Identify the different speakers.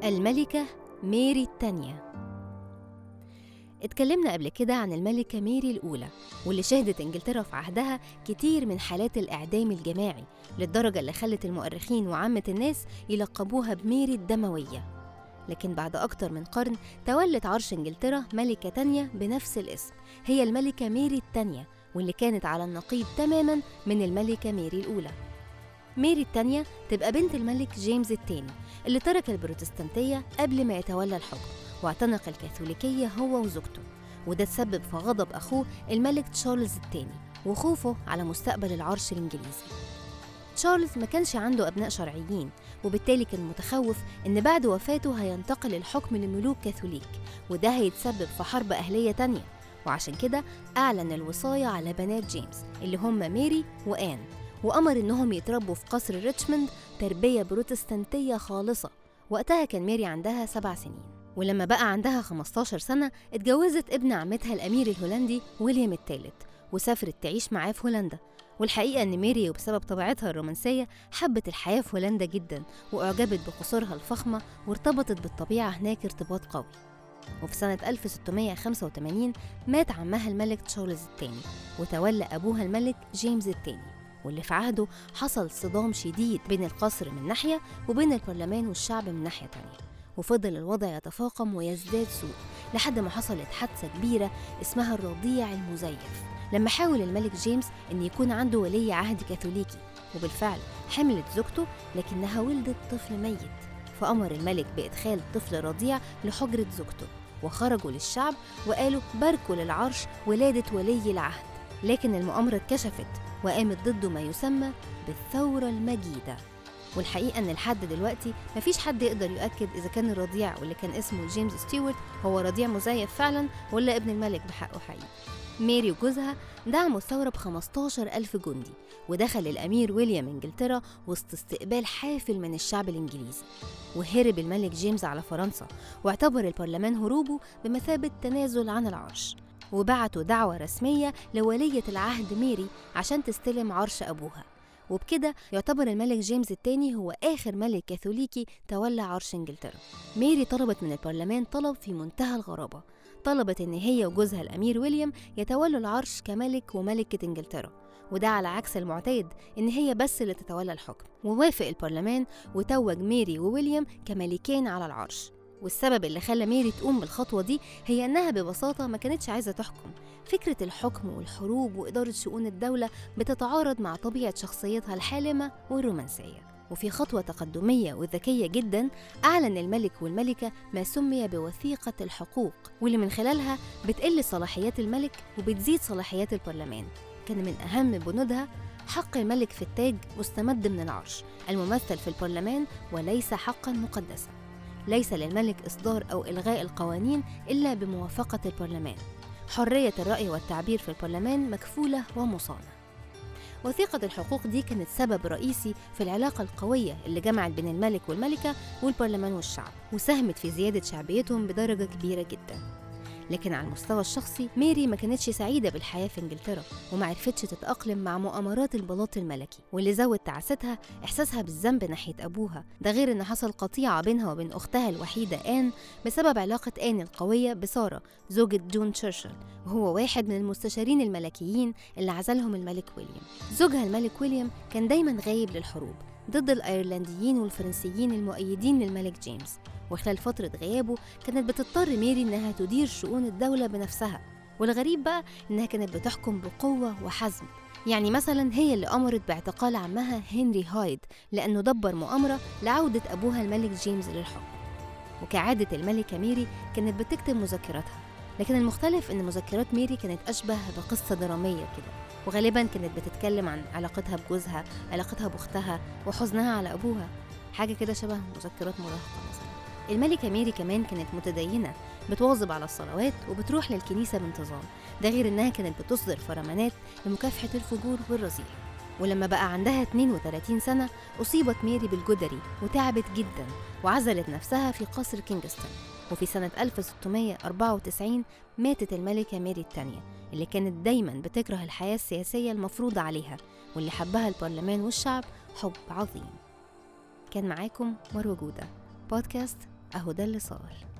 Speaker 1: الملكة ميري الثانية. اتكلمنا قبل كده عن الملكة ميري الأولى، واللي شهدت إنجلترا في عهدها كتير من حالات الإعدام الجماعي، للدرجة اللي خلت المؤرخين وعامة الناس يلقبوها بميري الدموية. لكن بعد أكتر من قرن تولت عرش إنجلترا ملكة تانية بنفس الاسم، هي الملكة ميري الثانية، واللي كانت على النقيض تماماً من الملكة ميري الأولى. ميري الثانية تبقى بنت الملك جيمس الثاني، اللي ترك البروتستانتية قبل ما يتولى الحكم واعتنق الكاثوليكية هو وزوجته، وده تسبب في غضب أخوه الملك تشارلز الثاني وخوفه على مستقبل العرش الإنجليزي. تشارلز ما كانش عنده أبناء شرعيين، وبالتالي كان متخوف إن بعد وفاته هينتقل الحكم لملوك كاثوليك، وده هيتسبب في حرب أهلية تانية، وعشان كده أعلن الوصاية على بنات جيمس اللي هم ميري وآن، وأمر إنهم يتربوا في قصر ريتشموند تربية بروتستانتية خالصة. وقتها كان ميري عندها 7 سنين، ولما بقى عندها 15 سنة اتجوزت ابن عمتها الأمير الهولندي ويليام الثالث، وسافرت تعيش معاه في هولندا. والحقيقة إن ميري وبسبب طبيعتها الرومانسية حبت الحياة في هولندا جدا، وأعجبت بقصورها الفخمة وارتبطت بالطبيعة هناك ارتباط قوي. وفي سنة 1685 مات عمها الملك تشارلز الثاني، وتولى أبوها الملك جيمس الثاني، واللي في عهده حصل صدام شديد بين القصر من ناحية وبين البرلمان والشعب من ناحية تانية، وفضل الوضع يتفاقم ويزداد سوء لحد ما حصلت حادثة كبيرة اسمها الرضيع المزيف، لما حاول الملك جيمس أن يكون عنده ولي عهد كاثوليكي، وبالفعل حملت زوجته لكنها ولدت طفل ميت، فأمر الملك بإدخال طفل رضيع لحجرة زوجته، وخرجوا للشعب وقالوا باركوا للعرش ولادة ولي العهد. لكن المؤامرة اتكشفت وقامت ضده ما يسمى بالثورة المجيدة. والحقيقة أن لحد دلوقتي مفيش حد يقدر يؤكد إذا كان الرضيع واللي كان اسمه جيمس ستيوارت هو رضيع مزيف فعلا ولا ابن الملك بحقه حقيقي. ميري وجوزها دعموا الثورة ب15,000 جندي، ودخل الأمير ويليام إنجلترا وسط استقبال حافل من الشعب الإنجليزي، وهرب الملك جيمس على فرنسا، واعتبر البرلمان هروبه بمثابة تنازل عن العرش، وبعتوا دعوة رسمية لولية العهد ميري عشان تستلم عرش أبوها. وبكده يعتبر الملك جيمس الثاني هو آخر ملك كاثوليكي تولى عرش إنجلترا. ميري طلبت من البرلمان طلب في منتهى الغرابة، طلبت إن هي وجوزها الأمير ويليام يتولوا العرش كملك وملكة إنجلترا، وده على عكس المعتاد إن هي بس اللي تتولى الحكم. ووافق البرلمان وتوج ميري وويليام كملكين على العرش. والسبب اللي خلى ميري تقوم بالخطوة دي هي أنها ببساطة ما كانتش عايزة تحكم. فكرة الحكم والحروب وإدارة شؤون الدولة بتتعارض مع طبيعة شخصيتها الحالمة والرومانسية. وفي خطوة تقدمية وذكية جدا أعلن الملك والملكة ما سمي بوثيقة الحقوق، واللي من خلالها بتقل صلاحيات الملك وبتزيد صلاحيات البرلمان. كان من أهم بنودها حق الملك في التاج مستمد من العرش الممثل في البرلمان، وليس حقا مقدسا. ليس للملك إصدار أو إلغاء القوانين إلا بموافقة البرلمان. حرية الرأي والتعبير في البرلمان مكفولة ومصانة. وثيقة الحقوق دي كانت سبب رئيسي في العلاقة القوية اللي جمعت بين الملك والملكة والبرلمان والشعب، وساهمت في زيادة شعبيتهم بدرجة كبيرة جدا. لكن على المستوى الشخصي ميري ما كانتش سعيدة بالحياة في إنجلترا، وما عرفتش تتأقلم مع مؤامرات البلاط الملكي، واللي زود تعاستها إحساسها بالذنب ناحية أبوها. ده غير إن حصل قطيعة بينها وبين أختها الوحيدة آن بسبب علاقة آن القوية بسارة زوجة جون تشرشل، وهو واحد من المستشارين الملكيين اللي عزلهم الملك ويليام. زوجها الملك ويليام كان دايما غايب للحروب ضد الأيرلنديين والفرنسيين المؤيدين للملك جيمس، وخلال فترة غيابه كانت بتضطر ميري إنها تدير شؤون الدولة بنفسها. والغريب بقى إنها كانت بتحكم بقوة وحزم. يعني مثلا هي اللي أمرت باعتقال عمها هنري هايد لأنه دبر مؤامرة لعودة أبوها الملك جيمس للحكم. وكعادة الملكة ميري كانت بتكتب مذكراتها، لكن المختلف إن مذكرات ميري كانت أشبه بقصة درامية كده، وغالبا كانت بتتكلم عن علاقتها بجوزها، علاقتها بأختها، وحزنها على أبوها، حاجة كده شبه مذكرات مراهقة مثلا. الملكة ميري كمان كانت متدينة، بتواظب على الصلوات وبتروح للكنيسة بانتظام، ده غير إنها كانت بتصدر فرمانات لمكافحة الفجور والرذيلة. ولما بقى عندها 32 سنة أصيبت ميري بالجدري وتعبت جدا، وعزلت نفسها في قصر كينغستون. وفي سنة 1694 ماتت الملكة ميري الثانية، اللي كانت دايما بتكره الحياة السياسية المفروضة عليها، واللي حبها البرلمان والشعب حب عظيم. كان معاكم مروة جودة، بودكاست أهو ده اللي صار.